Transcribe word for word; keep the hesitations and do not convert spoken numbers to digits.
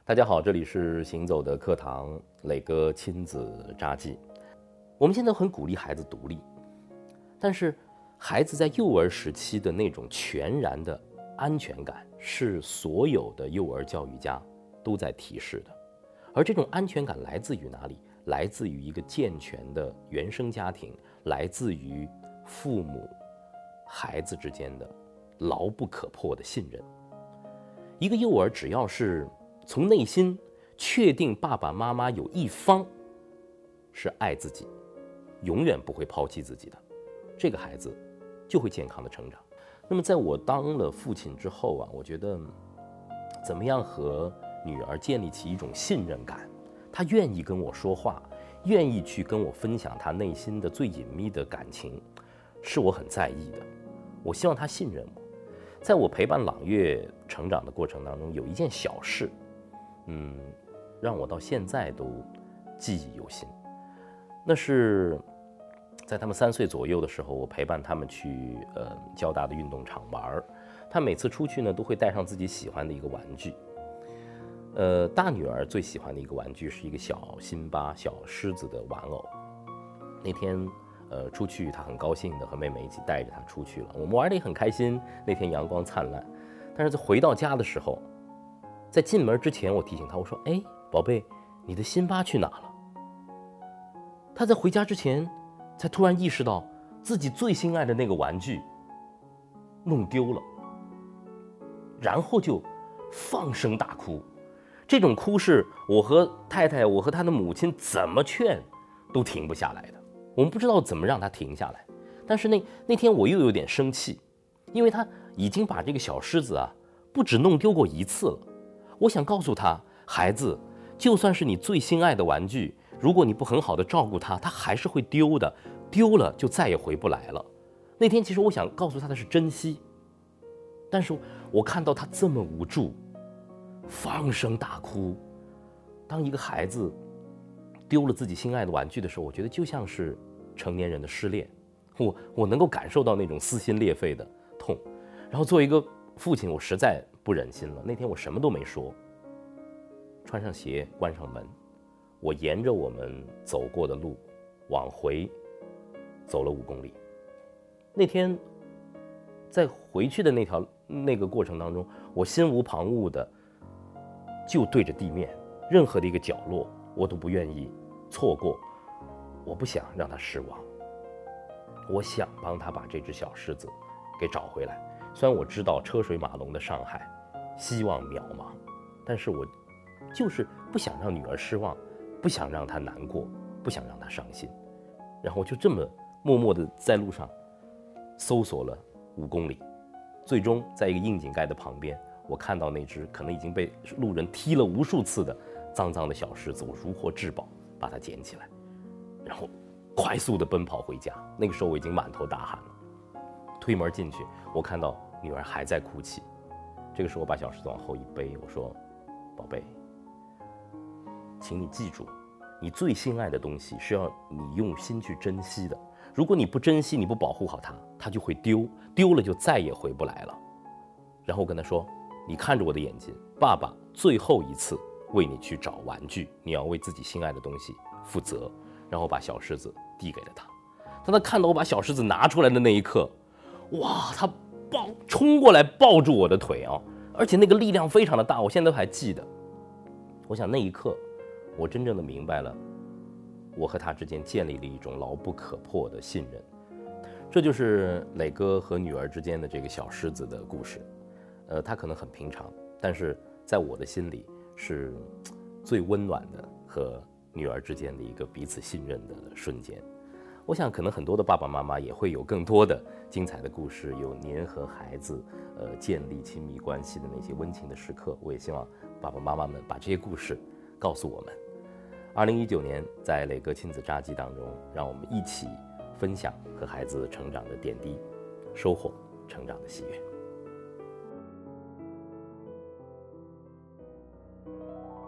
大家好，这里是行走的课堂，磊哥亲子札记。我们现在很鼓励孩子独立，但是孩子在幼儿时期的那种全然的安全感，是所有的幼儿教育家都在提示的。而这种安全感来自于哪里？来自于一个健全的原生家庭，来自于父母、孩子之间的牢不可破的信任。一个幼儿只要是从内心确定爸爸妈妈有一方是爱自己，永远不会抛弃自己的，这个孩子就会健康的成长。那么在我当了父亲之后啊，我觉得怎么样和女儿建立起一种信任感，她愿意跟我说话，愿意去跟我分享她内心的最隐秘的感情，是我很在意的。我希望她信任我。在我陪伴朗月成长的过程当中，有一件小事嗯，让我到现在都记忆犹新。那是在他们三岁左右的时候，我陪伴他们去呃交大的运动场玩。他每次出去呢，都会带上自己喜欢的一个玩具。呃，大女儿最喜欢的一个玩具是一个小辛巴、小狮子的玩偶。那天呃出去，她很高兴的和妹妹一起带着她出去了。我们玩得也很开心，那天阳光灿烂。但是在回到家的时候，在进门之前，我提醒她，我说：“哎，宝贝，你的辛巴去哪了？”她在回家之前，才突然意识到自己最心爱的那个玩具弄丢了，然后就放声大哭。这种哭是我和太太，我和她的母亲怎么劝都停不下来的。我们不知道怎么让她停下来，但是那那天我又有点生气，因为她已经把这个小狮子啊，不止弄丢过一次了。我想告诉他，孩子，就算是你最心爱的玩具，如果你不很好的照顾它，它还是会丢的，丢了就再也回不来了。那天其实我想告诉他的是珍惜，但是我看到他这么无助，放声大哭。当一个孩子丢了自己心爱的玩具的时候，我觉得就像是成年人的失恋，我我能够感受到那种撕心裂肺的痛。然后作为一个父亲，我实在不忍心了。那天我什么都没说，穿上鞋，关上门，我沿着我们走过的路往回走了五公里。那天在回去的那条那个过程当中，我心无旁骛的就对着地面，任何的一个角落我都不愿意错过。我不想让他失望，我想帮他把这只小狮子给找回来。虽然我知道车水马龙的上海希望渺茫，但是我就是不想让女儿失望，不想让她难过，不想让她伤心。然后就这么默默的在路上搜索了五公里，最终在一个窨井盖的旁边，我看到那只可能已经被路人踢了无数次的脏脏的小狮子，我如获至宝，把它捡起来，然后快速的奔跑回家。那个时候我已经满头大汗了，推门进去，我看到女儿还在哭泣。这个时候我把小狮子往后一背，我说：“宝贝，请你记住，你最心爱的东西是要你用心去珍惜的。如果你不珍惜，你不保护好它，它就会丢，丢了就再也回不来了。”然后我跟他说：“你看着我的眼睛，爸爸最后一次为你去找玩具，你要为自己心爱的东西负责。”然后把小狮子递给了他。当他看到我把小狮子拿出来的那一刻，哇，他抱冲过来抱住我的腿啊，而且那个力量非常的大，我现在都还记得。我想那一刻，我真正的明白了，我和他之间建立了一种牢不可破的信任。这就是磊哥和女儿之间的这个小狮子的故事。呃，他可能很平常，但是在我的心里是最温暖的和女儿之间的一个彼此信任的瞬间。我想可能很多的爸爸妈妈也会有更多的精彩的故事，有您和孩子呃建立亲密关系的那些温情的时刻。我也希望爸爸妈妈们把这些故事告诉我们。二零一九年在磊哥亲子札记当中，让我们一起分享和孩子成长的点滴，收获成长的喜悦。